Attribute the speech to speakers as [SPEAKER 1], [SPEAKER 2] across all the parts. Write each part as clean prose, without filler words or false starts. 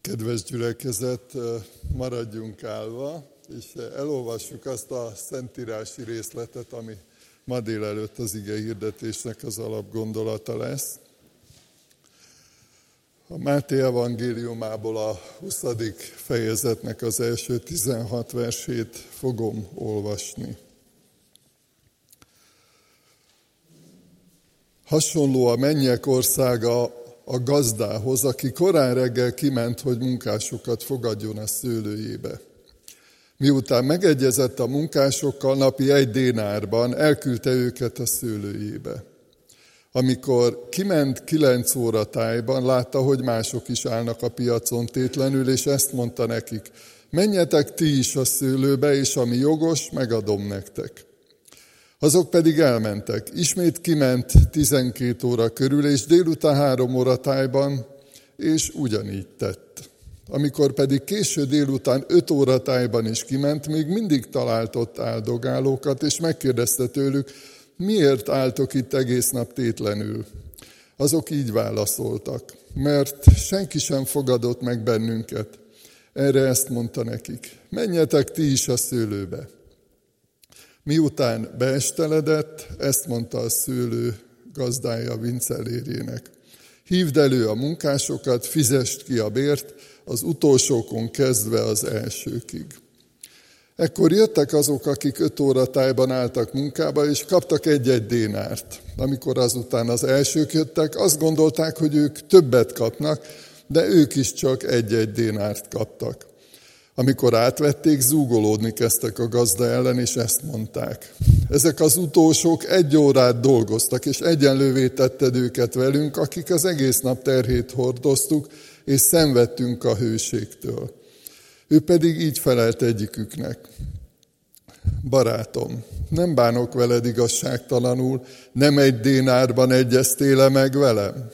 [SPEAKER 1] Kedves gyülekezet, maradjunk állva, és elolvassuk azt a szentírási részletet, ami ma délelőtt az ige hirdetésnek az alapgondolata lesz. A Máté evangéliumából a 20. fejezetnek az első 16 versét fogom olvasni. Hasonló a mennyek országa a gazdához, aki korán reggel kiment, hogy munkásokat fogadjon a szőlőjébe. Miután megegyezett a munkásokkal, napi 1 dénárban elküldte őket a szőlőjébe. Amikor kiment 9 óra tájban, látta, hogy mások is állnak a piacon tétlenül, és ezt mondta nekik: menjetek ti is a szőlőbe, és ami jogos, megadom nektek. Azok pedig elmentek. Ismét kiment 12 óra körül, és délután 3 óra tájban, és ugyanígy tett. Amikor pedig késő délután 5 óra tájban is kiment, még mindig talált ott áldogálókat, és megkérdezte tőlük: miért álltok itt egész nap tétlenül? Azok így válaszoltak: mert senki sem fogadott meg bennünket. Erre ezt mondta nekik: menjetek ti is a szőlőbe. Miután beesteledett, ezt mondta a szőlő gazdája vincellérjének: hívd elő a munkásokat, fizesd ki a bért, az utolsókon kezdve az elsőkig. Ekkor jöttek azok, akik 5 óra tájban álltak munkába, és kaptak 1-1 dénárt. Amikor azután az elsők jöttek, azt gondolták, hogy ők többet kapnak, de ők is csak 1-1 dénárt kaptak. Amikor átvették, zúgolódni kezdtek a gazda ellen, és ezt mondták: ezek az utolsók 1 órát dolgoztak, és egyenlővé tetted őket velünk, akik az egész nap terhét hordoztuk, és szenvedtünk a hőségtől. Ő pedig így felelt egyiküknek: barátom, nem bánok veled igazságtalanul, nem 1 dénárban egyeztél meg velem?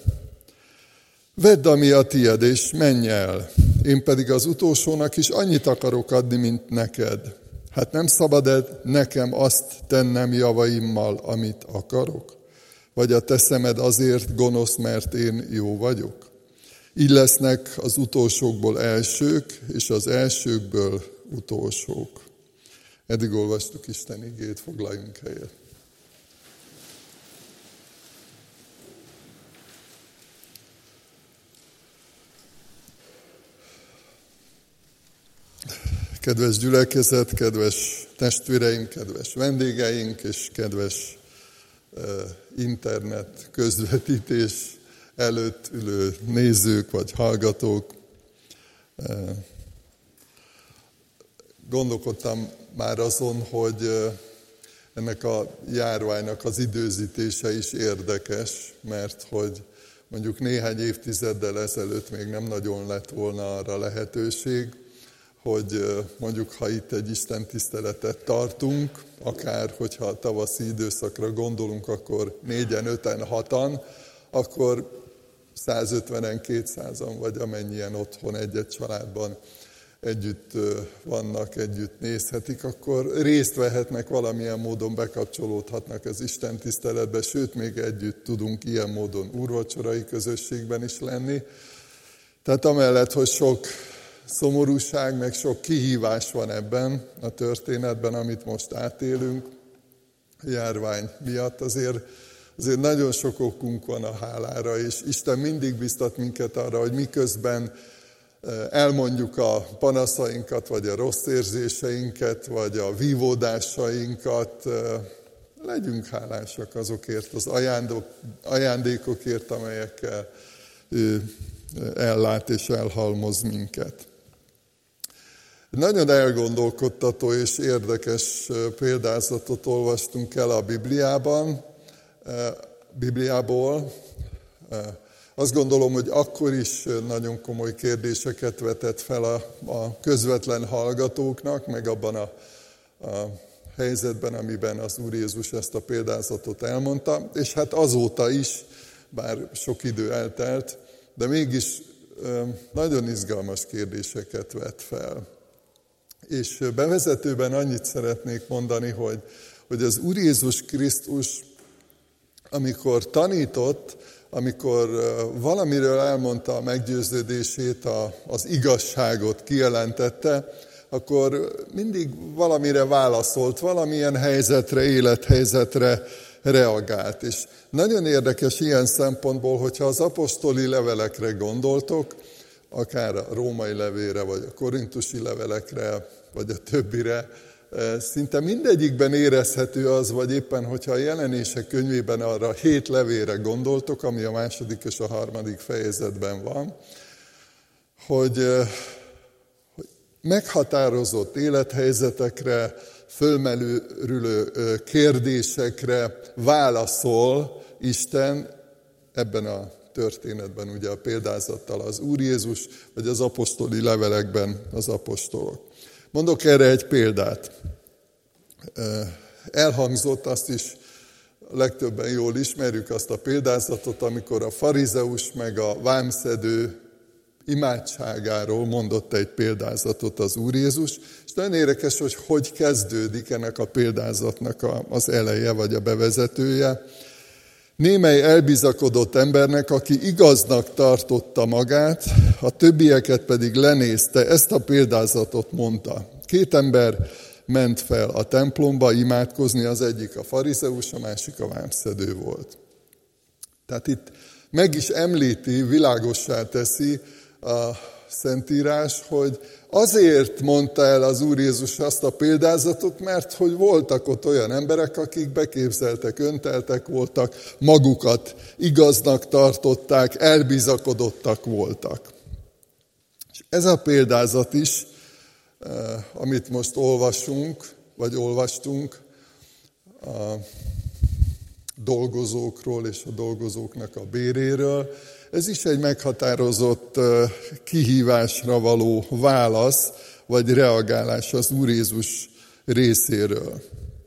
[SPEAKER 1] Vedd, ami a tied, és menj el. Én pedig az utolsónak is annyit akarok adni, mint neked. Hát nem szabad nekem azt tennem javaimmal, amit akarok? Vagy a te szemed azért gonosz, mert én jó vagyok? Így lesznek az utolsókból elsők, és az elsőkből utolsók. Eddig olvastuk Isten igét, foglaljunk helyet. Kedves gyülekezet, kedves testvéreim, kedves vendégeink és kedves internet közvetítés előtt ülő nézők vagy hallgatók. Gondolkodtam már azon, hogy ennek a járványnak az időzítése is érdekes, mert hogy mondjuk néhány évtizeddel ezelőtt még nem nagyon lett volna arra lehetőség, hogy mondjuk, ha itt egy istentiszteletet tartunk, akár hogyha a tavaszi időszakra gondolunk, akkor 4-en, 5-en, 6-an, akkor 150-en, 200-an, vagy amennyien otthon egy-egy családban együtt vannak, együtt nézhetik, akkor részt vehetnek, valamilyen módon bekapcsolódhatnak az istentiszteletbe, sőt, még együtt tudunk ilyen módon úrvacsorai közösségben is lenni. Tehát amellett, hogy sok szomorúság, meg sok kihívás van ebben a történetben, amit most átélünk a járvány miatt, azért nagyon sok okunk van a hálára, és Isten mindig biztat minket arra, hogy miközben elmondjuk a panaszainkat, vagy a rossz érzéseinket, vagy a vívódásainkat, legyünk hálásak azokért az ajándékokért, amelyekkel ő ellát és elhalmoz minket. Nagyon elgondolkodtató és érdekes példázatot olvastunk el a Bibliából. Azt gondolom, hogy akkor is nagyon komoly kérdéseket vetett fel a közvetlen hallgatóknak, meg abban a helyzetben, amiben az Úr Jézus ezt a példázatot elmondta, és hát azóta is, bár sok idő eltelt, de mégis nagyon izgalmas kérdéseket vet fel. És bevezetőben annyit szeretnék mondani, hogy az Úr Jézus Krisztus, amikor tanított, amikor valamiről elmondta a meggyőződését, az igazságot kijelentette, akkor mindig valamire válaszolt, valamilyen helyzetre, élethelyzetre reagált. És nagyon érdekes ilyen szempontból, hogyha az apostoli levelekre gondoltok, akár a római levélre, vagy a korintusi levelekre, vagy a többire, szinte mindegyikben érezhető az, vagy éppen, hogyha a Jelenések könyvében arra 7 levélre gondoltok, ami a 2. és a 3. fejezetben van, hogy meghatározott élethelyzetekre, fölmerülő kérdésekre válaszol Isten ebben a történetben, ugye a példázattal az Úr Jézus, vagy az apostoli levelekben az apostolok. Mondok erre egy példát. Elhangzott, azt is legtöbben jól ismerjük azt a példázatot, amikor a farizeus meg a vámszedő imádságáról mondott egy példázatot az Úr Jézus, és nagyon érdekes, hogy kezdődik ennek a példázatnak az eleje, vagy a bevezetője. Némely elbizakodott embernek, aki igaznak tartotta magát, a többieket pedig lenézte, ezt a példázatot mondta. 2 ember ment fel a templomba imádkozni, az egyik a farizeus, a másik a vámszedő volt. Tehát itt meg is említi, világossá teszi a Szentírás, hogy azért mondta el az Úr Jézus azt a példázatot, mert hogy voltak ott olyan emberek, akik beképzeltek, önteltek voltak, magukat igaznak tartották, elbizakodottak voltak. És ez a példázat is, amit most olvasunk, vagy olvastunk, a dolgozókról és a dolgozóknak a béréről, ez is egy meghatározott kihívásra való válasz, vagy reagálás az Úr Jézus részéről.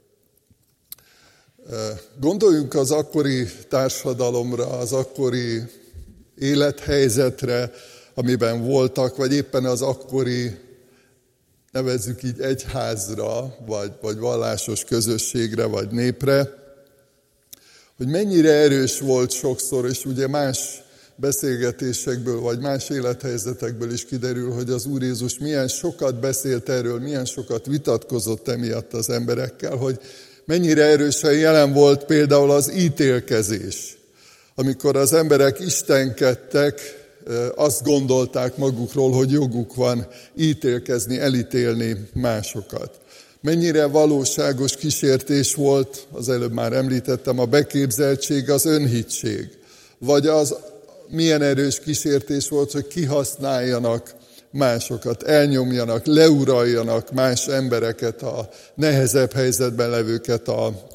[SPEAKER 1] Gondoljunk az akkori társadalomra, az akkori élethelyzetre, amiben voltak, vagy éppen az akkori, nevezzük így, egyházra, vagy vallásos közösségre, vagy népre, hogy mennyire erős volt sokszor, és ugye más beszélgetésekből, vagy más élethelyzetekből is kiderül, hogy az Úr Jézus milyen sokat beszélt erről, milyen sokat vitatkozott emiatt az emberekkel, hogy mennyire erősen jelen volt például az ítélkezés. Amikor az emberek istenkedtek, azt gondolták magukról, hogy joguk van ítélkezni, elítélni másokat. Mennyire valóságos kísértés volt, az előbb már említettem, a beképzeltség, az önhittség. Vagy az milyen erős kísértés volt, hogy kihasználjanak másokat, elnyomjanak, leuraljanak más embereket, a nehezebb helyzetben levőket, a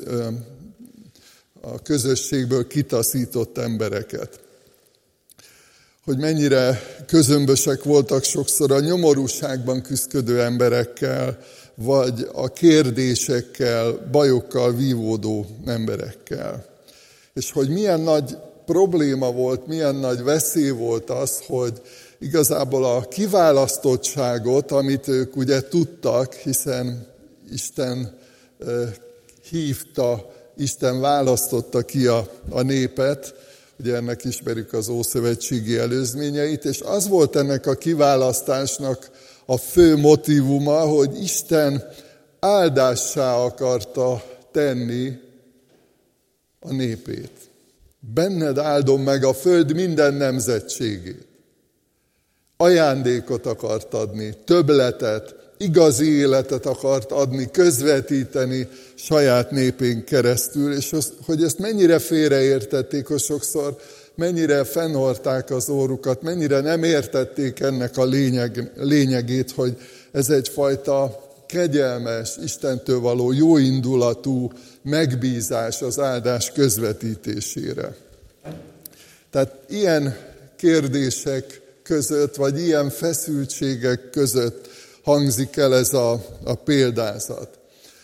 [SPEAKER 1] közösségből kitaszított embereket. Hogy mennyire közömbösek voltak sokszor a nyomorúságban küzdködő emberekkel, vagy a kérdésekkel, bajokkal vívódó emberekkel. És hogy milyen nagy probléma volt, milyen nagy veszély volt az, hogy igazából a kiválasztottságot, amit ők ugye tudtak, hiszen Isten hívta, Isten választotta ki a népet, ugye ennek ismerjük az ószövetségi előzményeit, és az volt ennek a kiválasztásnak a fő motívuma, hogy Isten áldássá akarta tenni a népét. Benned áldom meg a föld minden nemzetségét. Ajándékot akart adni, többletet, igazi életet akart adni, közvetíteni saját népén keresztül, és hogy ezt mennyire félreértették, hogy sokszor mennyire fennhordták az órukat, mennyire nem értették ennek a lényegét, hogy ez egyfajta kegyelmes, Istentől való jóindulatú megbízás az áldás közvetítésére. Tehát ilyen kérdések között, vagy ilyen feszültségek között hangzik el ez a példázat.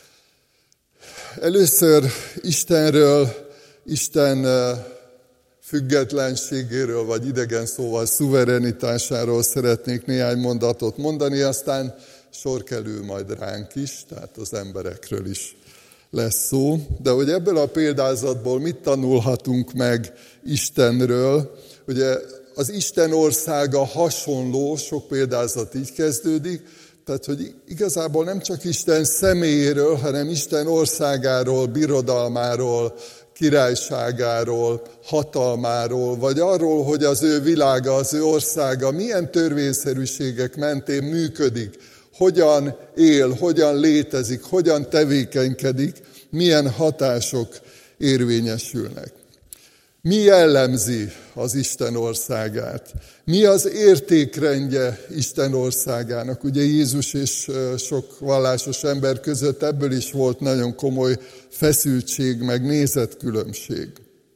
[SPEAKER 1] Először Istenről, Isten függetlenségéről, vagy idegen szóval szuverenitásáról szeretnék néhány mondatot mondani, aztán sor kerül majd ránk is, tehát az emberekről is lesz szó, de hogy ebből a példázatból mit tanulhatunk meg Istenről, ugye az Isten országa hasonló, sok példázat így kezdődik, tehát hogy igazából nem csak Isten személyéről, hanem Isten országáról, birodalmáról, királyságáról, hatalmáról, vagy arról, hogy az ő világa, az ő országa milyen törvényszerűségek mentén működik, hogyan él, hogyan létezik, hogyan tevékenykedik, milyen hatások érvényesülnek. Mi jellemzi az Isten országát? Mi az értékrendje Isten országának? Ugye Jézus és sok vallásos ember között ebből is volt nagyon komoly feszültség, meg nézetkülönbség.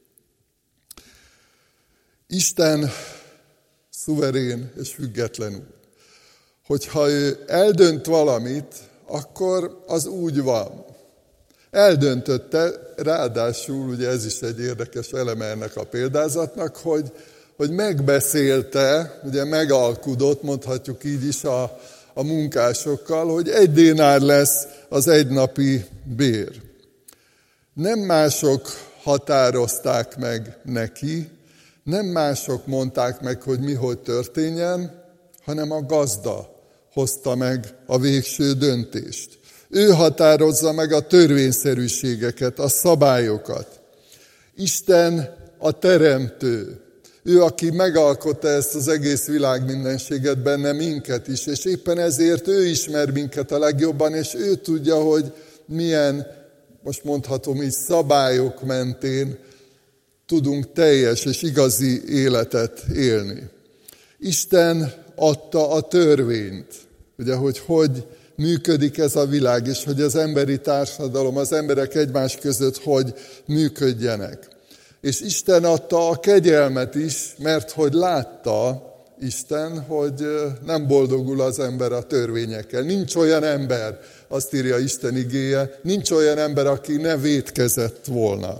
[SPEAKER 1] Isten szuverén és független úr. Hogyha ő eldönt valamit, akkor az úgy van. Eldöntötte, ráadásul, ugye ez is egy érdekes eleme ennek a példázatnak, hogy megbeszélte, ugye megalkudott, mondhatjuk így is a munkásokkal, hogy 1 dénár lesz az egynapi bér. Nem mások határozták meg neki, nem mások mondták meg, hogy mi hogy történjen, hanem a gazda hozta meg a végső döntést. Ő határozza meg a törvényszerűségeket, a szabályokat. Isten a teremtő. Ő, aki megalkotta ezt az egész világ mindenséget, benne minket is, és éppen ezért ő ismer minket a legjobban, és ő tudja, hogy milyen, most mondhatom így, szabályok mentén tudunk teljes és igazi életet élni. Isten adta a törvényt, ugye, hogy működik ez a világ, és hogy az emberi társadalom, az emberek egymás között hogy működjenek. És Isten adta a kegyelmet is, mert hogy látta Isten, hogy nem boldogul az ember a törvényekkel. Nincs olyan ember, azt írja Isten igéje, nincs olyan ember, aki ne vétkezett volna.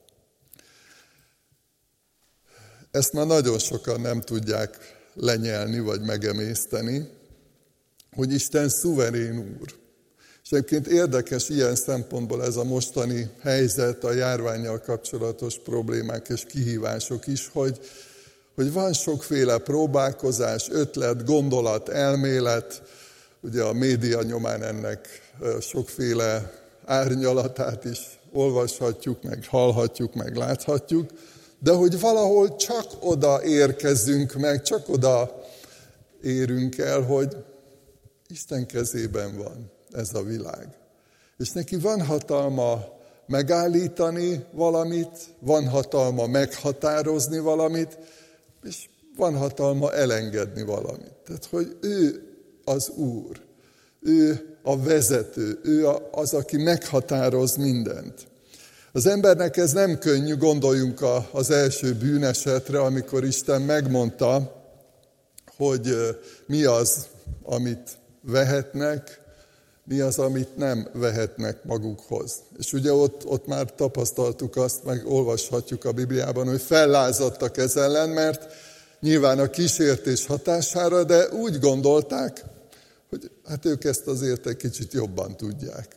[SPEAKER 1] Ezt már nagyon sokan nem tudják lenyelni, vagy megemészteni, hogy Isten szuverén úr. És egyébként érdekes ilyen szempontból ez a mostani helyzet, a járvánnyal kapcsolatos problémák és kihívások is, hogy van sokféle próbálkozás, ötlet, gondolat, elmélet, ugye a média nyomán ennek sokféle árnyalatát is olvashatjuk, meg hallhatjuk, meg láthatjuk, de hogy valahol csak oda érkezzünk meg, csak oda érünk el, hogy Isten kezében van ez a világ. És neki van hatalma megállítani valamit, van hatalma meghatározni valamit, és van hatalma elengedni valamit. Tehát, hogy ő az Úr, ő a vezető, ő az, aki meghatároz mindent. Az embernek ez nem könnyű, gondoljunk az első bűnesetre, amikor Isten megmondta, hogy mi az, amit vehetnek, mi az, amit nem vehetnek magukhoz. És ugye ott már tapasztaltuk azt, meg olvashatjuk a Bibliában, hogy fellázadtak ez ellen, mert nyilván a kísértés hatására, de úgy gondolták, hogy hát ők ezt azért egy kicsit jobban tudják.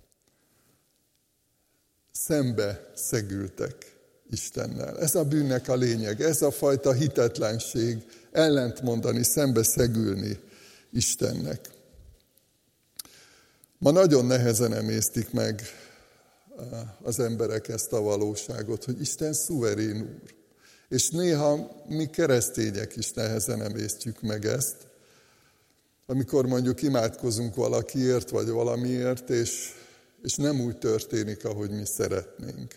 [SPEAKER 1] Szembe szegültek Istennel. Ez a bűnnek a lényeg, ez a fajta hitetlenség, ellentmondani, szembe szegülni Istennek. Ma nagyon nehezen emésztik meg az emberek ezt a valóságot, hogy Isten szuverén úr. És néha mi keresztények is nehezen emésztjük meg ezt, amikor mondjuk imádkozunk valakiért, vagy valamiért, és nem úgy történik, ahogy mi szeretnénk.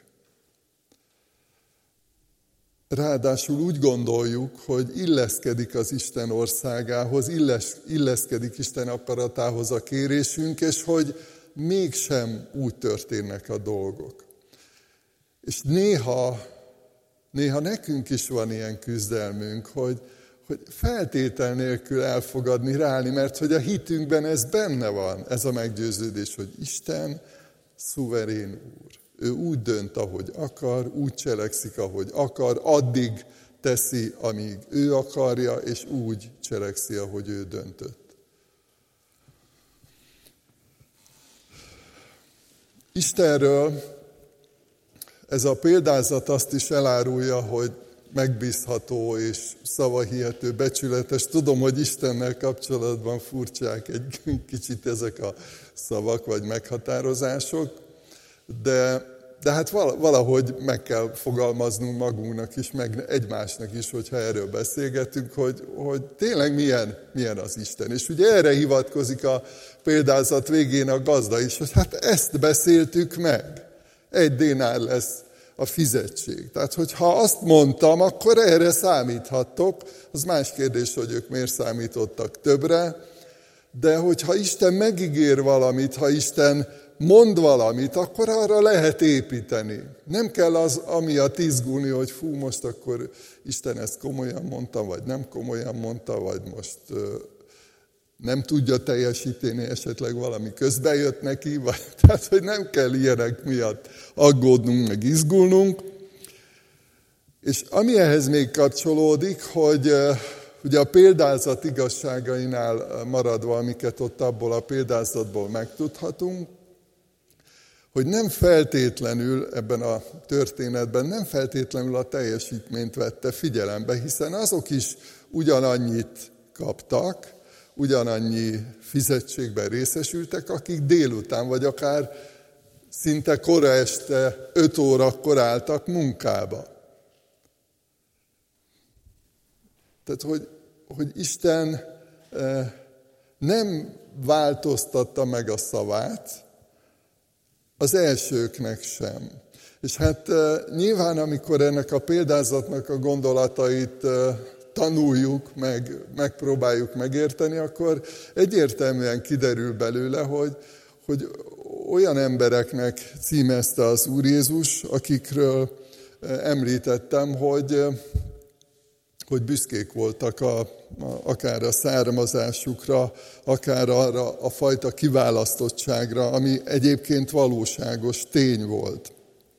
[SPEAKER 1] Ráadásul úgy gondoljuk, hogy illeszkedik az Isten országához, illeszkedik Isten akaratához a kérésünk, és hogy mégsem úgy történnek a dolgok. És néha nekünk is van ilyen küzdelmünk, hogy feltétel nélkül elfogadni, ráállni, mert hogy a hitünkben ez benne van, ez a meggyőződés, hogy Isten szuverén úr. Ő úgy dönt, ahogy akar, úgy cselekszik, ahogy akar, addig teszi, amíg ő akarja, és úgy cselekszi, ahogy ő döntött. Istenről ez a példázat azt is elárulja, hogy megbízható és szavahihető, becsületes. Tudom, hogy Istennel kapcsolatban furcsák egy kicsit ezek a szavak vagy meghatározások, de hát valahogy meg kell fogalmaznunk magunknak is, meg egymásnak is, hogyha erről beszélgetünk, hogy tényleg milyen az Isten. És ugye erre hivatkozik a példázat végén a gazda is, hogy hát ezt beszéltük meg. 1 dénár lesz a fizetség. Tehát, hogyha azt mondtam, akkor erre számíthattok. Az más kérdés, hogy ők miért számítottak többre. De hogyha Isten megígér valamit, ha Isten mond valamit, akkor arra lehet építeni. Nem kell az amiatt izgulni, hogy fú, most akkor Isten ezt komolyan mondta, vagy nem komolyan mondta, vagy most nem tudja teljesíteni, esetleg valami közbe jött neki, tehát, hogy nem kell ilyenek miatt aggódnunk, meg izgulnunk. És ami ehhez még kapcsolódik, hogy ugye a példázat igazságainál maradva, amiket ott abból a példázatból megtudhatunk, hogy nem feltétlenül ebben a történetben, nem feltétlenül a teljesítményt vette figyelembe, hiszen azok is ugyanannyit kaptak, ugyanannyi fizetségben részesültek, akik délután, vagy akár szinte kora este 5 órakor álltak munkába. Tehát, hogy Isten nem változtatta meg a szavát, az elsőknek sem. És hát nyilván, amikor ennek a példázatnak a gondolatait tanuljuk, megpróbáljuk megérteni, akkor egyértelműen kiderül belőle, hogy olyan embereknek címezte az Úr Jézus, akikről említettem, hogy büszkék voltak akár a származásukra, akár arra a fajta kiválasztottságra, ami egyébként valóságos tény volt.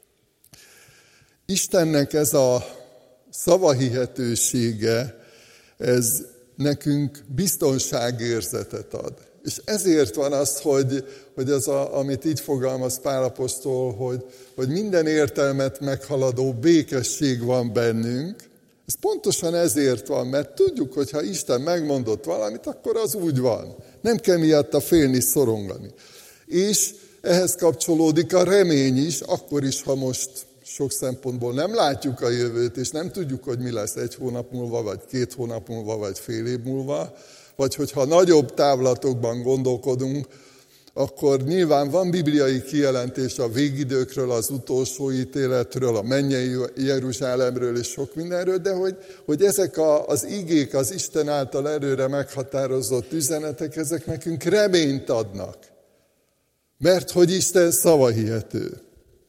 [SPEAKER 1] Istennek ez a szavahihetősége, ez nekünk biztonságérzetet ad. És ezért van az, hogy az, amit így fogalmaz Pál apostol, hogy minden értelmet meghaladó békesség van bennünk. Ez pontosan ezért van, mert tudjuk, hogy ha Isten megmondott valamit, akkor az úgy van. Nem kell miatta félni, szorongani. És ehhez kapcsolódik a remény is, akkor is, ha most sok szempontból nem látjuk a jövőt, és nem tudjuk, hogy mi lesz 1 hónap múlva, vagy 2 hónap múlva, vagy fél év múlva, vagy hogyha nagyobb távlatokban gondolkodunk, akkor nyilván van bibliai kijelentés a végidőkről, az utolsó ítéletről, a mennyei Jeruzsálemről és sok mindenről, de hogy ezek az igék, az Isten által előre meghatározott üzenetek, ezek nekünk reményt adnak. Mert hogy Isten szavahihető.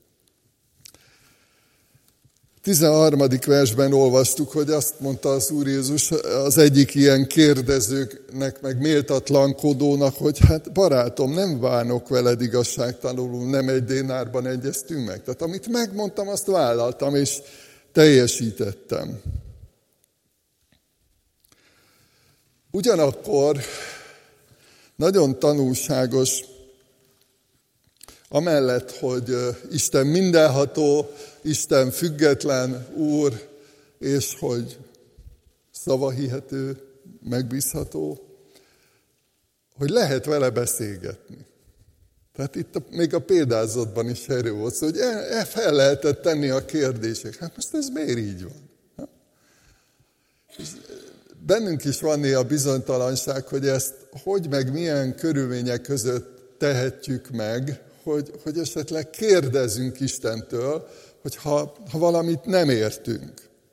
[SPEAKER 1] 13. versben olvastuk, hogy azt mondta az Úr Jézus az egyik ilyen kérdezőknek, meg méltatlankodónak, hogy hát barátom, nem bánok veled igazságtalanul, nem 1 dénárban egyeztünk meg. Tehát amit megmondtam, azt vállaltam és teljesítettem. Ugyanakkor nagyon tanulságos, amellett, hogy Isten mindenható, Isten független Úr, és hogy szavahihető, megbízható, hogy lehet vele beszélgetni. Tehát itt még a példázatban is erről volt szó, hogy fel lehetett tenni a kérdések. Hát most ez miért így van? És bennünk is van néha bizonytalanság, hogy ezt hogy meg milyen körülmények között tehetjük meg, hogy esetleg kérdezzünk Istentől, hogy ha valamit nem értünk.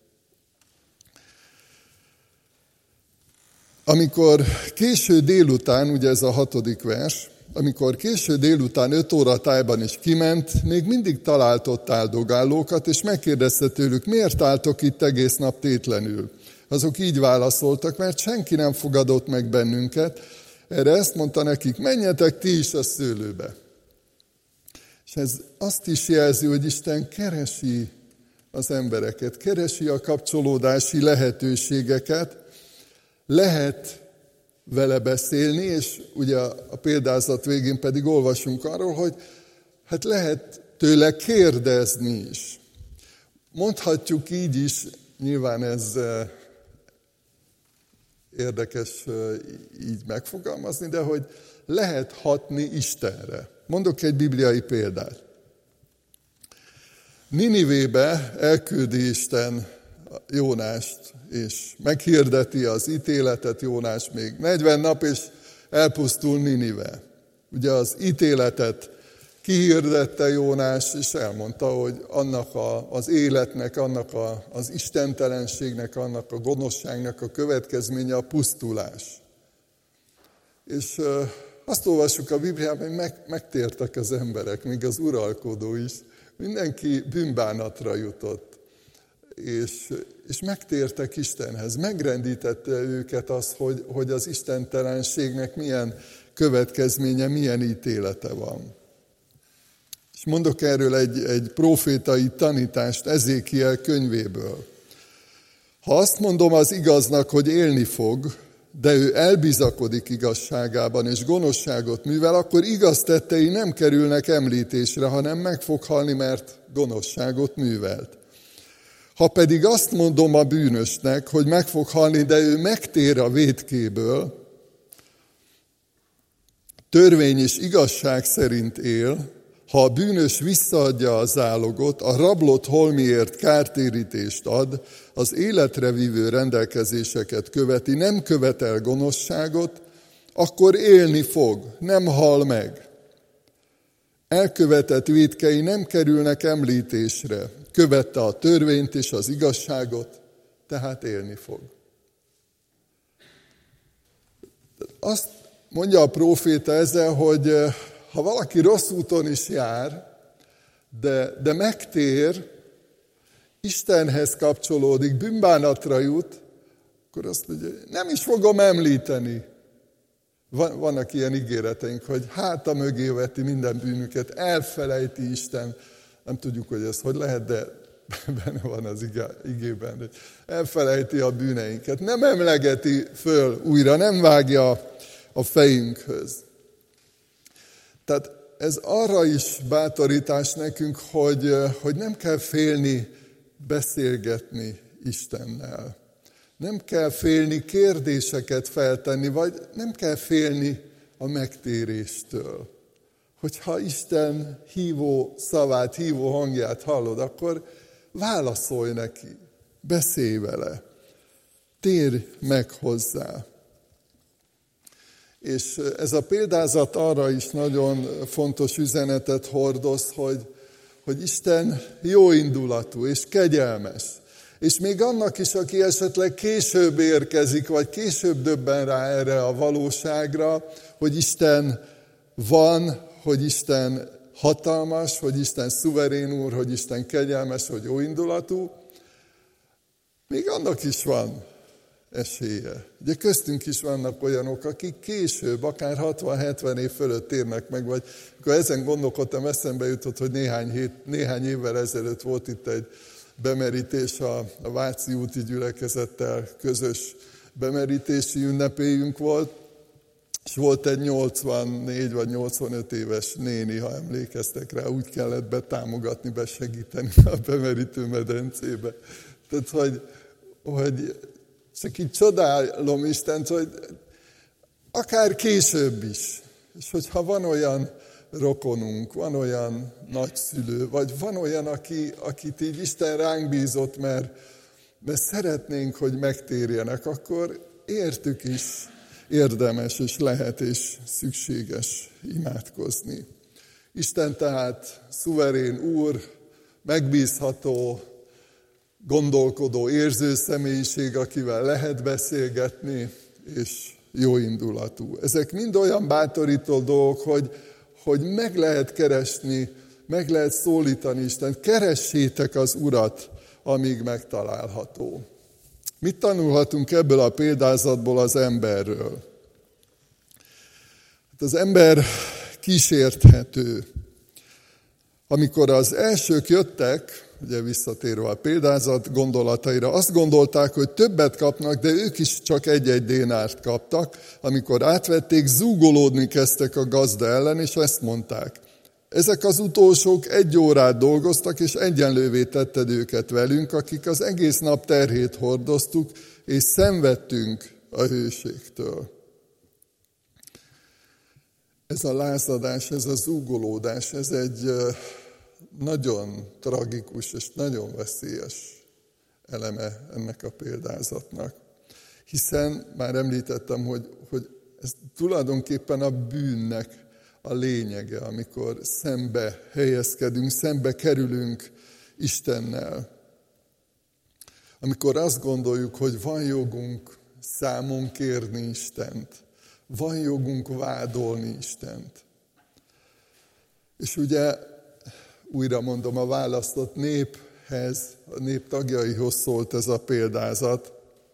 [SPEAKER 1] Amikor késő délután, ugye ez a 6. vers, amikor késő délután 5 óra tájban is kiment, még mindig talált ott áldogálókat, és megkérdezte tőlük, miért álltok itt egész nap tétlenül? Azok így válaszoltak, mert senki nem fogadott meg bennünket. Erre ezt mondta nekik, menjetek ti is a szőlőbe. És ez azt is jelzi, hogy Isten keresi az embereket, keresi a kapcsolódási lehetőségeket, lehet vele beszélni, és ugye a példázat végén pedig olvasunk arról, hát lehet tőle kérdezni is. Mondhatjuk így is, nyilván ez érdekes így megfogalmazni, de hogy lehet hatni Istenre. Mondok egy bibliai példát. Ninivébe elküldi Isten Jónást, és meghirdeti az ítéletet, Jónás még 40 nap, és elpusztul Ninive. Ugye az ítéletet kihirdette Jónás, és elmondta, hogy annak az életnek, annak az istentelenségnek, annak a gonoszságnak a következménye a pusztulás. És azt olvassuk a Bibliában, hogy megtértek az emberek, még az uralkodó is. Mindenki bűnbánatra jutott, és megtértek Istenhez. Megrendítette őket az, hogy az istentelenségnek milyen következménye, milyen ítélete van. És mondok erről egy prófétai tanítást Ezékiel könyvéből. Ha azt mondom az igaznak, hogy élni fog, de ő elbizakodik igazságában és gonoszságot művel, akkor igaz tettei nem kerülnek említésre, hanem meg fog halni, mert gonoszságot művelt. Ha pedig azt mondom a bűnösnek, hogy meg fog halni, de ő megtér a vétkéből, törvény és igazság szerint él, ha a bűnös visszaadja a zálogot, a rablott holmiért kártérítést ad, az életre vívő rendelkezéseket követi, nem követel gonoszságot, akkor élni fog, nem hal meg. Elkövetett vétkei nem kerülnek említésre, követte a törvényt és az igazságot, tehát élni fog. Azt mondja a próféta ezzel, hogy ha valaki rossz úton is jár, de megtér, Istenhez kapcsolódik, bűnbánatra jut, akkor azt mondja, nem is fogom említeni. Vannak ilyen ígéreteink, hogy háta mögé veti minden bűnüket, elfelejti Isten. Nem tudjuk, hogy ez hogy lehet, de benne van az igében, hogy elfelejti a bűneinket. Nem emlegeti föl újra, nem vágja a fejünkhöz. Tehát ez arra is bátorítás nekünk, hogy nem kell félni beszélgetni Istennel. Nem kell félni kérdéseket feltenni, vagy nem kell félni a megtéréstől. Hogyha Isten hívó szavát, hívó hangját hallod, akkor válaszolj neki, beszélj vele, térj meg hozzá. És ez a példázat arra is nagyon fontos üzenetet hordoz, hogy Isten jóindulatú és kegyelmes. És még annak is, aki esetleg később érkezik, vagy később döbben rá erre a valóságra, hogy Isten van, hogy Isten hatalmas, hogy Isten szuverén úr, hogy Isten kegyelmes, hogy jóindulatú, még annak is van esélye. Ugye köztünk is vannak olyanok, akik később, akár 60-70 év fölött térnek meg, vagy amikor ezen gondolkodtam, eszembe jutott, hogy néhány évvel ezelőtt volt itt egy bemerítés, a Váci úti gyülekezettel közös bemerítési ünnepélyünk volt, és volt egy 84 vagy 85 éves néni, ha emlékeztek rá, úgy kellett betámogatni, besegíteni a bemerítő medencébe. Tehát, hogy csak így csodálom Istent, hogy akár később is, és hogyha van olyan rokonunk, van olyan nagyszülő, vagy van olyan, akit így Isten ránk bízott, mert szeretnénk, hogy megtérjenek, akkor értük is érdemes, és lehet, és szükséges imádkozni. Isten tehát szuverén úr, megbízható, gondolkodó, érző személyiség, akivel lehet beszélgetni, és jóindulatú. Ezek mind olyan bátorító dolgok, hogy meg lehet keresni, meg lehet szólítani Istent. Keressétek az Urat, amíg megtalálható. Mit tanulhatunk ebből a példázatból az emberről? Az ember kísérthető. Amikor az elsők jöttek, ugye visszatérve a példázat gondolataira, azt gondolták, hogy többet kapnak, de ők is csak egy-egy dénárt kaptak. Amikor átvették, zúgolódni kezdtek a gazda ellen, és ezt mondták. Ezek az utolsók 1 órát dolgoztak, és egyenlővé tetted őket velünk, akik az egész nap terhét hordoztuk, és szenvedtünk a hőségtől. Ez a lázadás, ez a zúgolódás, ez egy nagyon tragikus és nagyon veszélyes eleme ennek a példázatnak. Hiszen már említettem, hogy ez tulajdonképpen a bűnnek a lényege, amikor szembe helyezkedünk, szembe kerülünk Istennel. Amikor azt gondoljuk, hogy van jogunk számon kérni Istent, van jogunk vádolni Istent. És ugye, újra mondom, a választott néphez, a nép tagjaihoz szólt ez a példázat.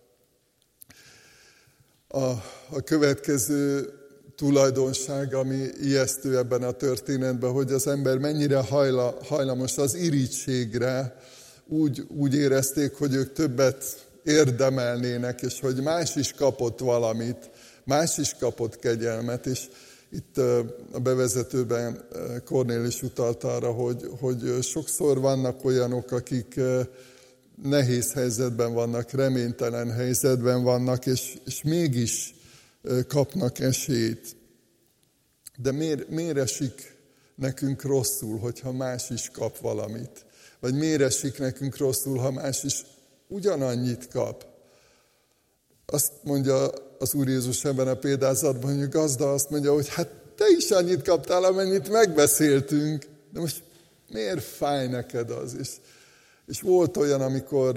[SPEAKER 1] A következő tulajdonság, ami ijesztő ebben a történetben, hogy az ember mennyire hajlamos az irítségre, úgy érezték, hogy ők többet érdemelnének, és hogy más is kapott valamit, más is kapott kegyelmet, és itt a bevezetőben Kornél utalt arra, hogy sokszor vannak olyanok, akik nehéz helyzetben vannak, reménytelen helyzetben vannak, és mégis kapnak esélyt. De miért esik nekünk rosszul, hogyha más is kap valamit? Vagy miért esik nekünk rosszul, ha más is ugyanannyit kap? Azt mondja az Úr Jézus ebben a példázatban, hogy a gazda azt mondja, hogy hát te is annyit kaptál, amennyit megbeszéltünk, de most miért fáj neked az? És volt olyan, amikor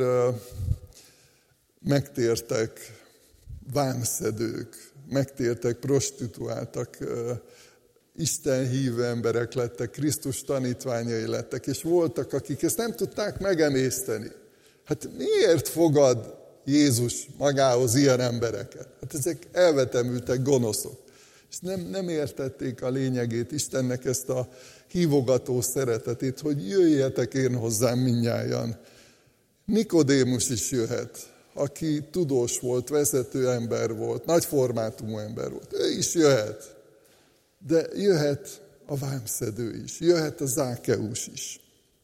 [SPEAKER 1] megtértek vámszedők, megtértek prostituáltak, Isten hívő emberek lettek, Krisztus tanítványai lettek, és voltak, akik ezt nem tudták megemészteni. Hát miért fogad Jézus magához ilyen embereket? Hát ezek elvetemültek gonoszok. És nem értették a lényegét, Istennek ezt a hívogató szeretetét, hogy jöjjetek én hozzám mindnyájan. Nikodémus is jöhet, aki tudós volt, vezető ember volt, nagy formátumú ember volt. Ő is jöhet. De jöhet a vámszedő is, jöhet a Zákeus is.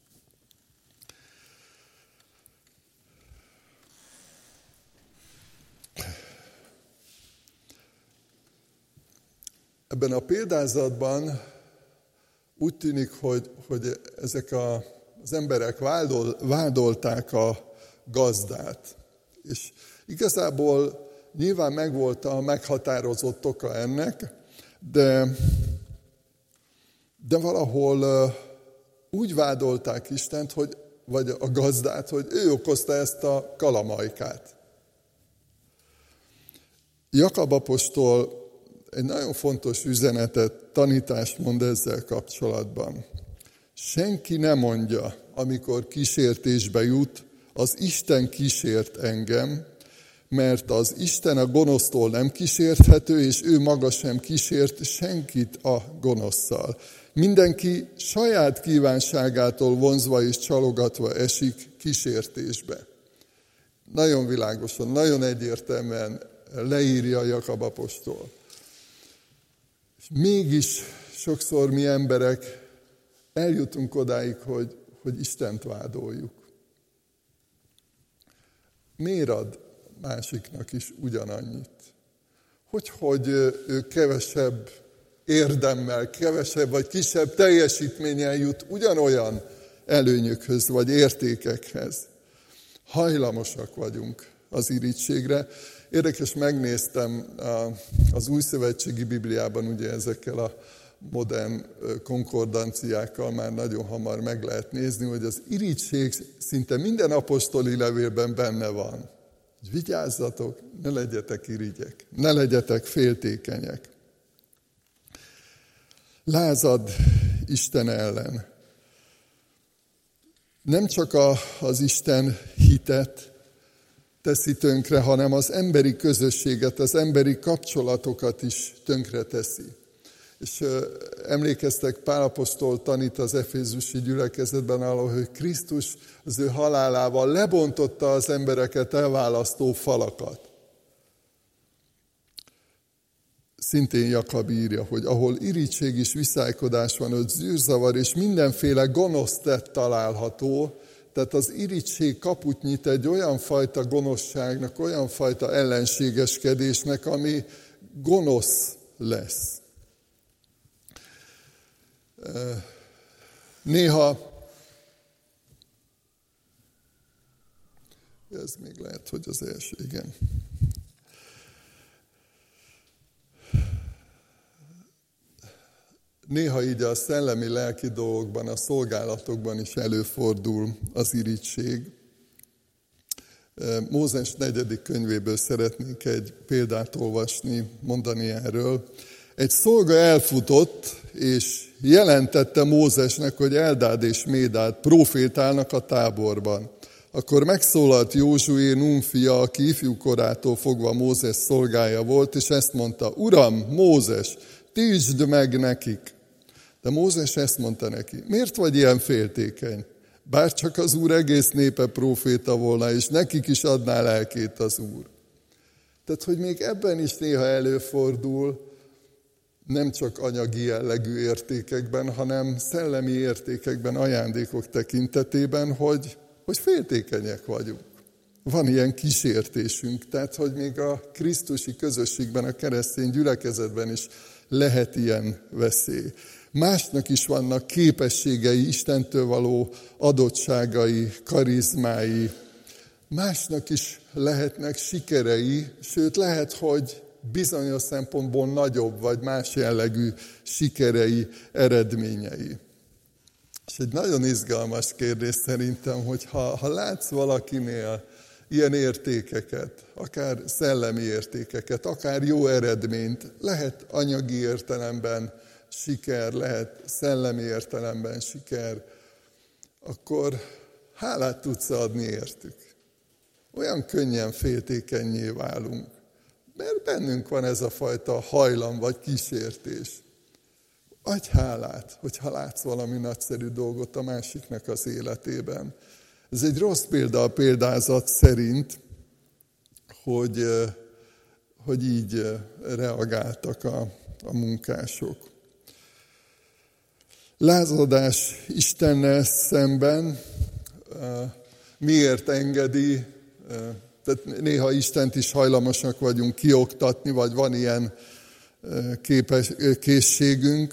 [SPEAKER 1] Ebben a példázatban úgy tűnik, hogy ezek az emberek vádolták a gazdát. És igazából nyilván megvolt a meghatározott oka ennek, de valahol úgy vádolták Istent, vagy a gazdát, hogy ő okozta ezt a kalamajkát. Jakab apostol egy nagyon fontos üzenetet, tanítást mond ezzel kapcsolatban. Senki ne mondja, amikor kísértésbe jut, az Isten kísért engem, mert az Isten a gonosztól nem kísérthető, és ő maga sem kísért senkit a gonoszszal. Mindenki saját kívánságától vonzva és csalogatva esik kísértésbe. Nagyon világosan, nagyon egyértelműen leírja Jakab apostol. És mégis sokszor mi emberek eljutunk odáig, hogy Istent vádoljuk. Miért ad másiknak is ugyanannyit? Hogy ő kevesebb érdemmel, kevesebb vagy kisebb teljesítménnyel jut ugyanolyan előnyökhöz vagy értékekhez. Hajlamosak vagyunk az irítségre. Érdekes, megnéztem az Újszövetségi Bibliában, ugye ezekkel a modern konkordanciákkal már nagyon hamar meg lehet nézni, hogy az irítség szinte minden apostoli levélben benne van. Vigyázzatok, ne legyetek irigyek, ne legyetek féltékenyek. Lázad Isten ellen. Nem csak az Isten hitet teszi tönkre, hanem az emberi közösséget, az emberi kapcsolatokat is tönkre teszi. És emlékeztek, Pál apostol tanít az efézusi gyülekezetben arról, hogy Krisztus az ő halálával lebontotta az embereket elválasztó falakat. szintén Jakab írja, hogy ahol irigység és viszálykodás van, ott zűrzavar és mindenféle gonosz tett található. Tehát az irigység kaput nyit egy olyan fajta gonoszságnak, olyan fajta ellenségeskedésnek, ami gonosz lesz. Néha, ez még lehet, hogy az első, igen. Néha így a szellemi-lelki dolgokban, a szolgálatokban is előfordul az irigység. Mózes 4. könyvéből szeretnék egy példát olvasni, mondani erről. Egy szolga elfutott, és jelentette Mózesnek, hogy Eldád és Médád prófétálnak a táborban. Akkor megszólalt Józsué, Nun fia, aki ifjúkorától fogva Mózes szolgája volt, és ezt mondta: Uram, Mózes, tiltsd meg nekik! De Mózes ezt mondta neki: miért vagy ilyen féltékeny? Bár csak az Úr egész népe próféta volna, és nekik is adná lelkét az Úr. Tehát, hogy még ebben is néha előfordul, nem csak anyagi jellegű értékekben, hanem szellemi értékekben, ajándékok tekintetében, hogy féltékenyek vagyunk. Van ilyen kísértésünk, tehát, hogy még a krisztusi közösségben, a keresztény gyülekezetben is lehet ilyen veszély. Másnak is vannak képességei, Istentől való adottságai, karizmái. Másnak is lehetnek sikerei, sőt lehet, hogy bizonyos szempontból nagyobb vagy más jellegű sikerei, eredményei. És egy nagyon izgalmas kérdés szerintem, hogy ha látsz valakinél ilyen értékeket, akár szellemi értékeket, akár jó eredményt, lehet anyagi értelemben siker, lehet szellemi értelemben siker, akkor hálát tudsz adni értük. Olyan könnyen féltékennyé válunk, mert bennünk van ez a fajta hajlam vagy kísértés. Adj hálát, hogyha látsz valami nagyszerű dolgot a másiknak az életében. Ez egy rossz példa a példázat szerint, hogy így reagáltak a munkások. Lázadás Istennel szemben miért engedi, tehát néha Istent is hajlamosak vagyunk kioktatni, vagy van ilyen készségünk.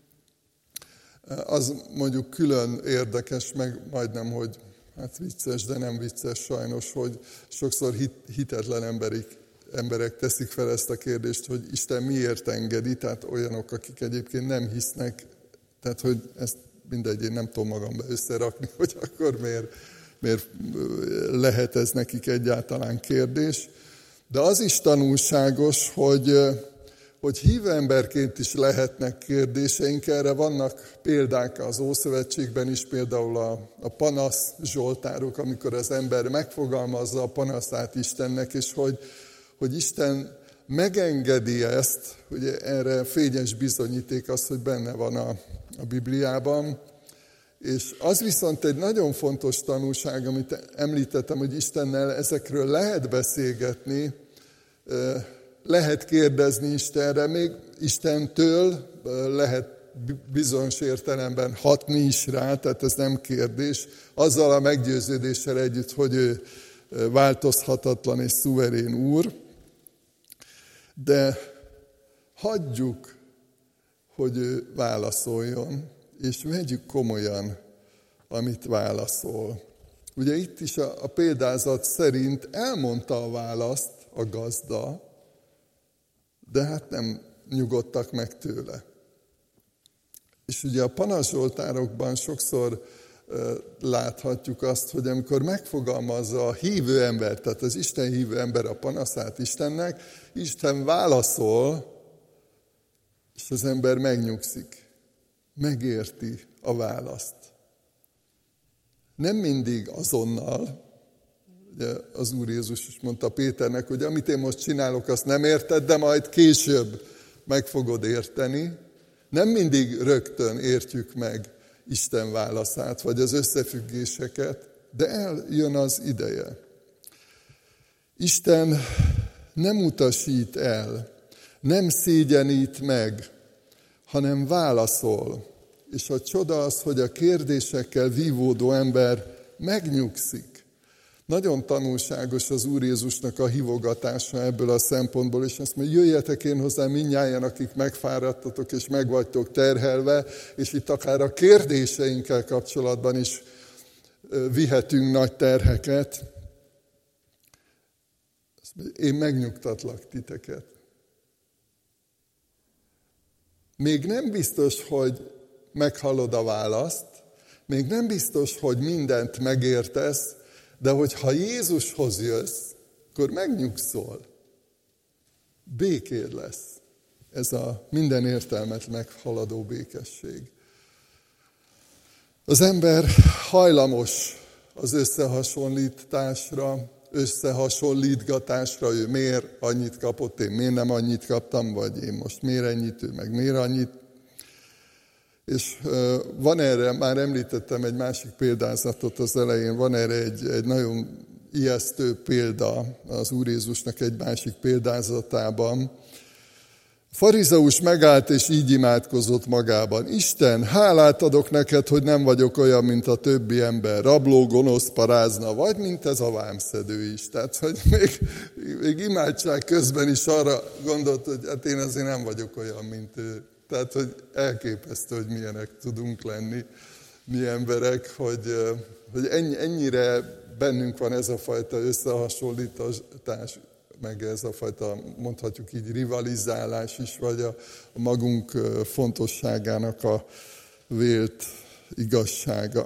[SPEAKER 1] Az mondjuk külön érdekes, meg majdnem, hogy hát vicces, de nem vicces sajnos, hogy sokszor hitetlen emberek teszik fel ezt a kérdést, hogy Isten miért engedi, tehát olyanok, akik egyébként nem hisznek, tehát hogy ezt mindegy, én nem tudom magamba összerakni, hogy akkor miért lehet ez nekik egyáltalán kérdés. De az is tanulságos, hogy hívő emberként is lehetnek kérdéseink, erre vannak példák az Ószövetségben is, például a panasz zsoltárok, amikor az ember megfogalmazza a panaszát Istennek, és hogy Isten megengedi ezt, ugye erre fényes bizonyíték az, hogy benne van a Bibliában, és az viszont egy nagyon fontos tanulság, amit említettem, hogy Istennel ezekről lehet beszélgetni, lehet kérdezni Istenre, még Istentől lehet bizonyos értelemben hatni is rá, tehát ez nem kérdés, azzal a meggyőződéssel együtt, hogy ő változhatatlan és szuverén Úr, de hagyjuk, hogy ő válaszoljon, és vegyük komolyan, amit válaszol. Ugye itt is a példázat szerint elmondta a választ a gazda, de hát nem nyugodtak meg tőle. És ugye a panaszzsoltárokban sokszor láthatjuk azt, hogy amikor megfogalmazza a hívő ember, tehát az Isten hívő ember a panaszát Istennek, Isten válaszol, és az ember megnyugszik, megérti a választ. Nem mindig azonnal, ugye az Úr Jézus is mondta Péternek, hogy amit én most csinálok, azt nem érted, de majd később meg fogod érteni. Nem mindig rögtön értjük meg Isten válaszát, vagy az összefüggéseket, de eljön az ideje. Isten nem utasít el, nem szégyenít meg, hanem válaszol. És a csoda az, hogy a kérdésekkel vívódó ember megnyugszik. Nagyon tanulságos az Úr Jézusnak a hívogatása ebből a szempontból, és azt mondja, jöjjetek én hozzám mindnyájan, akik megfáradtatok és meg vagytok terhelve, és itt akár a kérdéseinkkel kapcsolatban is vihetünk nagy terheket. Én megnyugtatlak titeket. Még nem biztos, hogy meghallod a választ, még nem biztos, hogy mindent megértesz, de hogyha Jézushoz jössz, akkor megnyugszol. Békéd lesz. Ez a minden értelmet meghaladó békesség. Az ember hajlamos az összehasonlítgatásra, ő miért annyit kapott, én miért nem annyit kaptam, vagy én most miért ennyit, ő meg miért annyit. És van erre, már említettem egy másik példázatot az elején, van erre egy nagyon ijesztő példa az Úr Jézusnak egy másik példázatában. A farizeus megállt és így imádkozott magában. Isten, hálát adok neked, hogy nem vagyok olyan, mint a többi ember, rabló, gonosz, parázna, vagy mint ez a vámszedő is. Tehát, hogy még imádság közben is arra gondolt, hogy hát én azért nem vagyok olyan, mint ő. Tehát, hogy elképesztő, hogy milyenek tudunk lenni, mi emberek, hogy ennyire bennünk van ez a fajta összehasonlítás, meg ez a fajta, mondhatjuk így, rivalizálás is, vagy a magunk fontosságának a vélt igazsága.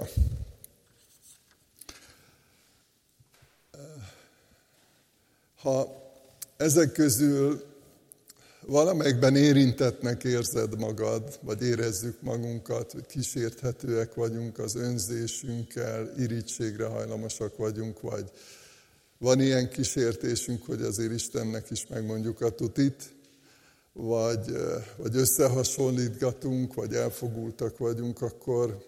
[SPEAKER 1] Ha ezek közül valamelyikben érintettnek érzed magad, vagy érezzük magunkat, hogy kísérthetőek vagyunk az önzésünkkel, irítségre hajlamosak vagyunk, vagy van ilyen kísértésünk, hogy azért Istennek is megmondjuk a tutit, vagy összehasonlítgatunk, vagy elfogultak vagyunk, akkor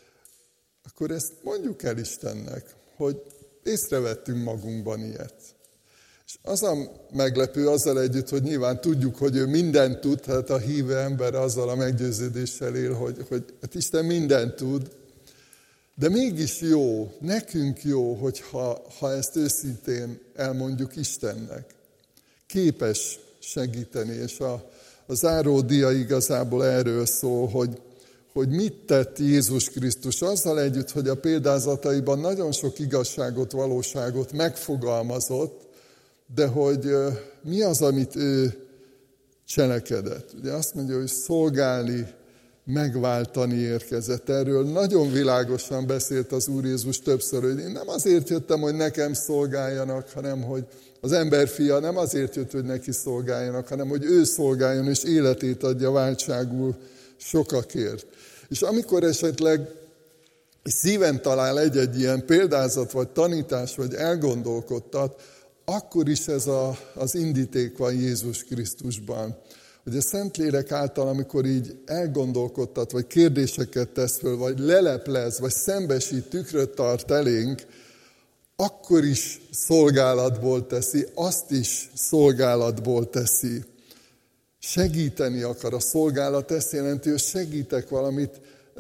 [SPEAKER 1] ezt mondjuk el Istennek, hogy észrevettünk magunkban ilyet. És az a meglepő azzal együtt, hogy nyilván tudjuk, hogy ő mindent tud, tehát a hívő ember azzal a meggyőződéssel él, hogy hát Isten mindent tud, de mégis jó, nekünk jó, hogyha ezt őszintén elmondjuk Istennek. Képes segíteni, és a záródia igazából erről szól, hogy mit tett Jézus Krisztus azzal együtt, hogy a példázataiban nagyon sok igazságot, valóságot megfogalmazott, de hogy mi az, amit ő cselekedett. Ugye azt mondja, hogy szolgálni, megváltani érkezett. Erről nagyon világosan beszélt az Úr Jézus többször, hogy én nem azért jöttem, hogy nekem szolgáljanak, hanem hogy az emberfia nem azért jött, hogy neki szolgáljanak, hanem hogy ő szolgáljon és életét adja váltságul sokakért. És amikor esetleg szíven talál egy ilyen példázat, vagy tanítás, vagy elgondolkodtat, akkor is ez az indíték van Jézus Krisztusban. Hogy a Szentlélek által, amikor így elgondolkodtat, vagy kérdéseket tesz föl, vagy leleplez, vagy szembesít, tükröt tart elénk, akkor is szolgálatból teszi, azt is szolgálatból teszi. Segíteni akar. A szolgálat ezt jelenti, hogy segítek valamit,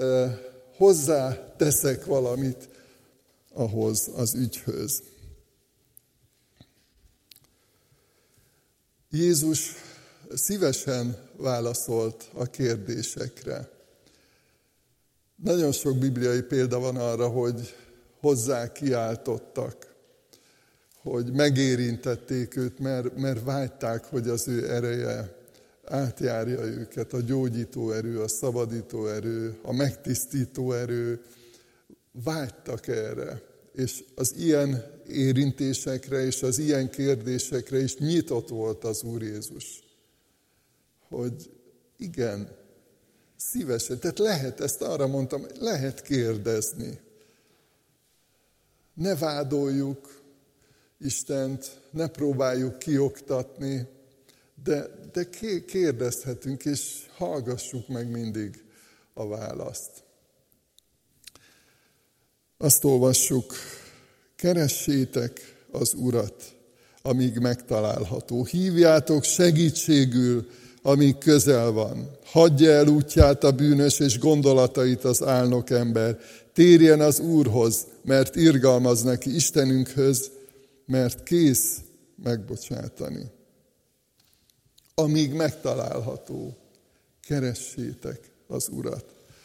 [SPEAKER 1] hozzá teszek valamit ahhoz az ügyhöz. Jézus szívesen válaszolt a kérdésekre. Nagyon sok bibliai példa van arra, hogy hozzá kiáltottak, hogy megérintették őt, mert vágyták, hogy az ő ereje átjárja őket, a gyógyító erő, a szabadító erő, a megtisztító erő, vágytak erre. És az ilyen érintésekre és az ilyen kérdésekre is nyitott volt az Úr Jézus. Hogy igen, szívesen, tehát lehet, ezt arra mondtam, lehet kérdezni. Ne vádoljuk Istent, ne próbáljuk kioktatni, de kérdezhetünk, és hallgassuk meg mindig a választ. Azt olvassuk, keressétek az Urat, amíg megtalálható. Hívjátok segítségül, amíg közel van. Hagyja el útját a bűnös, és gondolatait az álnok ember. Térjen az Úrhoz, mert irgalmaz neki, Istenünkhöz, mert kész megbocsátani. Amíg megtalálható, keressétek az Urat.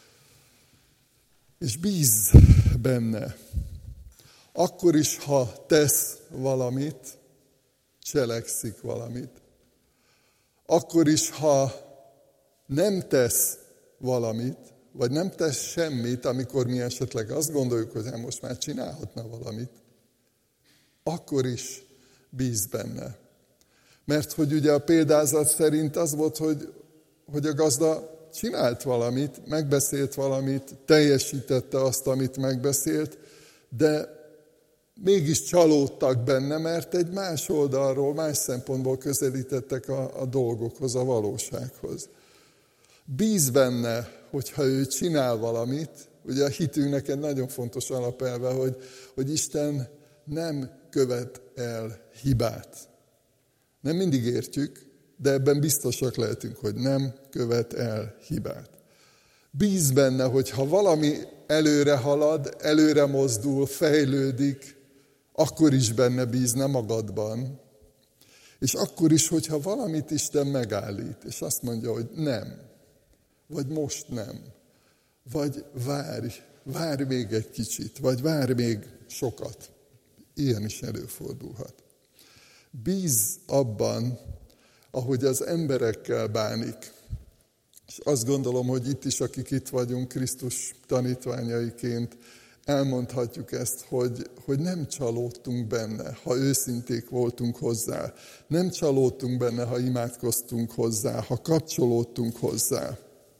[SPEAKER 1] És bízz benne. Akkor is, ha tesz valamit, cselekszik valamit. Akkor is, ha nem tesz valamit, vagy nem tesz semmit, amikor mi esetleg azt gondoljuk, hogy most már csinálhatna valamit, akkor is bíz benne. Mert hogy ugye a példázat szerint az volt, hogy a gazda csinált valamit, megbeszélt valamit, teljesítette azt, amit megbeszélt, de mégis csalódtak benne, mert egy más oldalról, más szempontból közelítettek a dolgokhoz, a valósághoz. Bíz benne, hogyha ő csinál valamit, ugye a hitünknek egy nagyon fontos alapelve, hogy Isten nem követ el hibát. Nem mindig értjük, de ebben biztosak lehetünk, hogy nem követ el hibát. Bíz benne, hogy ha valami előre halad, előre mozdul, fejlődik, akkor is benne bíz, nem magadban. És akkor is, hogyha valamit Isten megállít, és azt mondja, hogy nem, vagy most nem, vagy várj még egy kicsit, vagy várj még sokat. Ilyen is előfordulhat. Bíz abban, ahogy az emberekkel bánik. És azt gondolom, hogy itt is, akik itt vagyunk Krisztus tanítványaiként, elmondhatjuk ezt, hogy nem csalódtunk benne, ha őszinték voltunk hozzá. Nem csalódtunk benne, ha imádkoztunk hozzá, ha kapcsolódtunk hozzá.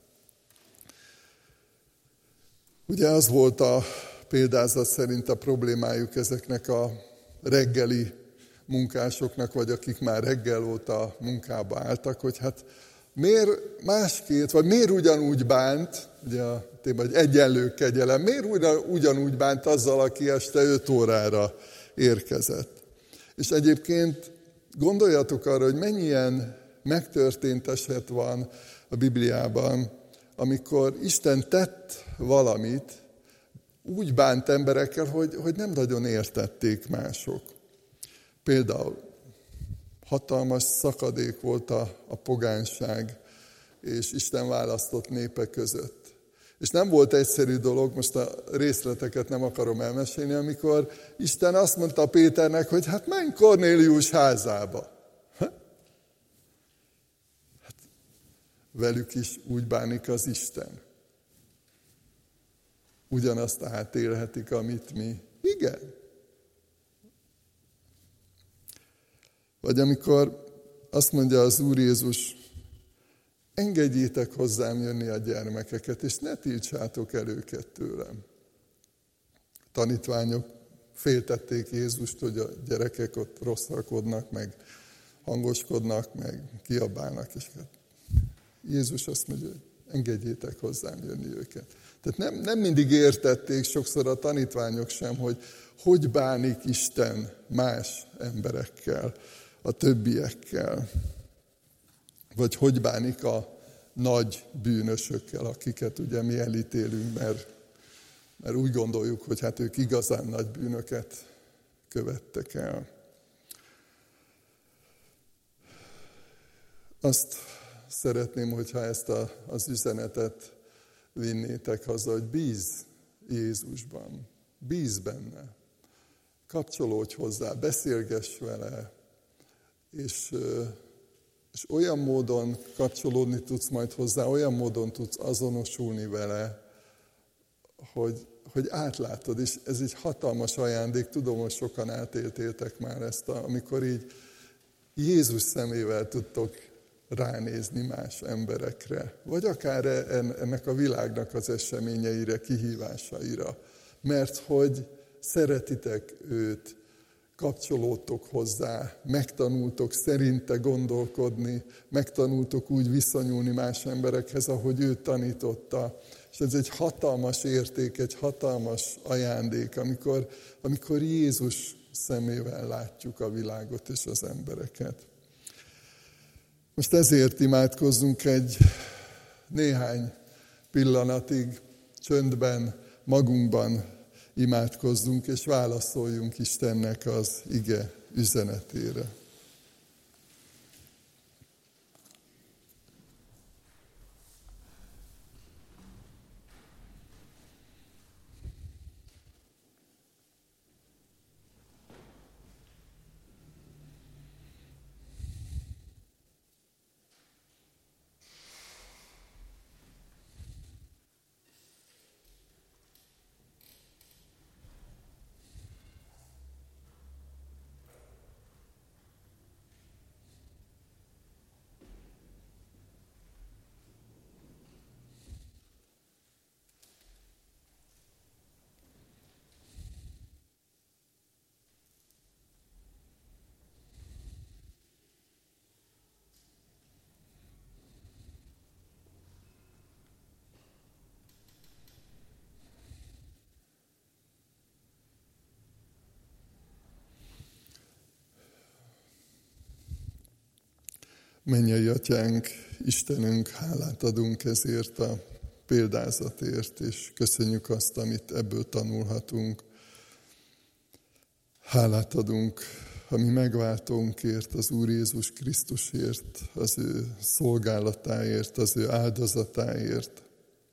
[SPEAKER 1] Ugye az volt a példázat szerint a problémájuk ezeknek a reggeli munkásoknak, vagy akik már reggel óta munkába álltak, hogy hát miért másként, vagy miért ugyanúgy bánt, ugye a téma, hogy egyenlő kegyelem, miért ugyanúgy bánt azzal, aki este 5 órára érkezett. És egyébként gondoljatok arra, hogy mennyi ilyen megtörtént eset van a Bibliában, amikor Isten tett valamit, úgy bánt emberekkel, hogy nem nagyon értették mások. Például hatalmas szakadék volt a pogányság, és Isten választott népek között. És nem volt egyszerű dolog, most a részleteket nem akarom elmesélni, amikor Isten azt mondta Péternek, hogy hát menj Kornélius házába. Hát velük is úgy bánik az Isten. Ugyanazt átélhetik, amit mi. Igen. Vagy amikor azt mondja az Úr Jézus, engedjétek hozzám jönni a gyermekeket, és ne tiltsátok el őket tőlem. A tanítványok féltették Jézust, hogy a gyerekek ott rosszalkodnak, meg hangoskodnak, meg kiabálnak. És Jézus azt mondja, hogy engedjétek hozzám jönni őket. Tehát nem mindig értették, sokszor a tanítványok sem, hogy bánik Isten más emberekkel, a többiekkel. Vagy hogy bánik a nagy bűnösökkel, akiket ugye mi elítélünk, mert úgy gondoljuk, hogy hát ők igazán nagy bűnöket követtek el. Azt szeretném, hogyha ezt az üzenetet vinnétek haza, hogy bízz Jézusban, bízz benne, kapcsolódj hozzá, beszélgess vele, és olyan módon kapcsolódni tudsz majd hozzá, olyan módon tudsz azonosulni vele, hogy átlátod, és ez egy hatalmas ajándék, tudom, hogy sokan átéltétek már ezt, amikor így Jézus szemével tudtok ránézni más emberekre, vagy akár ennek a világnak az eseményeire, kihívásaira, mert hogy szeretitek őt, kapcsolódtok hozzá, megtanultok szerinte gondolkodni, megtanultok úgy viszonyulni más emberekhez, ahogy ő tanította. És ez egy hatalmas érték, egy hatalmas ajándék, amikor Jézus szemével látjuk a világot és az embereket. Most ezért imádkozzunk egy néhány pillanatig, csöndben, magunkban imádkozzunk, és válaszoljunk Istennek az ige üzenetére. Mennyei Atyánk, Istenünk, hálát adunk ezért a példázatért, és köszönjük azt, amit ebből tanulhatunk. Hálát adunk a mi megváltónkért, az Úr Jézus Krisztusért, az ő szolgálatáért, az ő áldozatáért.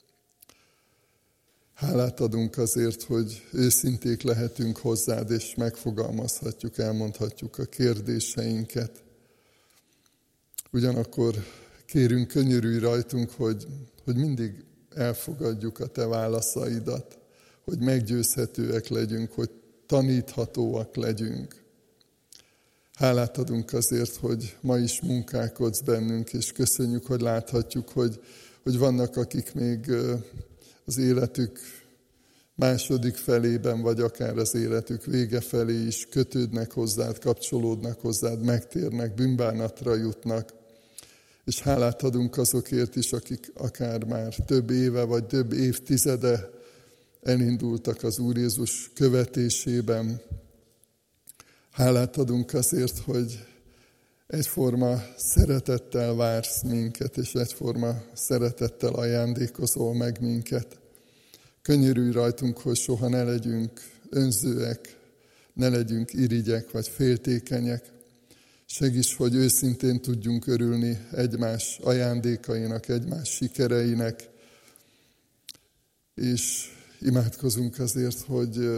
[SPEAKER 1] Hálát adunk azért, hogy őszinték lehetünk hozzád, és megfogalmazhatjuk, elmondhatjuk a kérdéseinket. Ugyanakkor kérünk, könyörülj rajtunk, hogy mindig elfogadjuk a te válaszaidat, hogy meggyőzhetőek legyünk, hogy taníthatóak legyünk. Hálát adunk azért, hogy ma is munkálkodsz bennünk, és köszönjük, hogy láthatjuk, hogy vannak, akik még az életük második felében, vagy akár az életük vége felé is kötődnek hozzád, kapcsolódnak hozzád, megtérnek, bűnbánatra jutnak. És hálát adunk azokért is, akik akár már több éve, vagy több évtizede elindultak az Úr Jézus követésében. Hálát adunk azért, hogy egyforma szeretettel vársz minket, és egyforma szeretettel ajándékozol meg minket. Könyörülj rajtunk, hogy soha ne legyünk önzőek, ne legyünk irigyek vagy féltékenyek. Segíts, hogy őszintén tudjunk örülni egymás ajándékainak, egymás sikereinek, és imádkozunk azért, hogy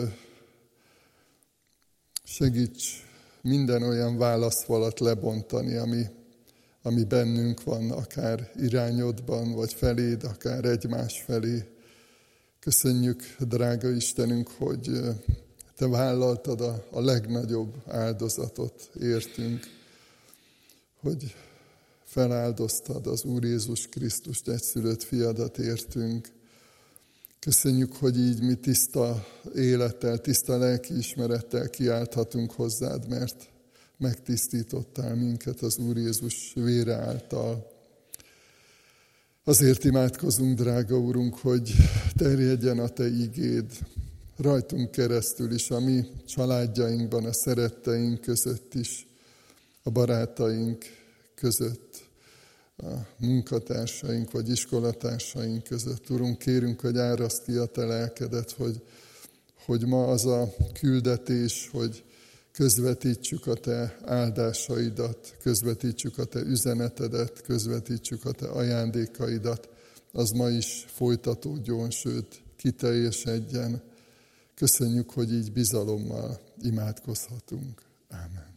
[SPEAKER 1] segíts minden olyan válaszfalat lebontani, ami bennünk van, akár irányodban, vagy feléd, akár egymás felé. Köszönjük, drága Istenünk, hogy te vállaltad a legnagyobb áldozatot értünk, hogy feláldoztad az Úr Jézus Krisztust, egyszülött fiadat értünk. Köszönjük, hogy így mi tiszta élettel, tiszta lelkiismerettel kiálthatunk hozzád, mert megtisztítottál minket az Úr Jézus vére által. Azért imádkozunk, drága Úrunk, hogy terjedjen a te igéd rajtunk keresztül is, a mi családjainkban, a szeretteink között is, a barátaink között, a munkatársaink vagy iskolatársaink között. Urunk, kérünk, hogy áraszd ki a te lelkedet, hogy ma az a küldetés, hogy közvetítsük a te áldásaidat, közvetítsük a te üzenetedet, közvetítsük a te ajándékaidat, az ma is folytatódjon, sőt, kiteljesedjen. Köszönjük, hogy így bizalommal imádkozhatunk. Ámen.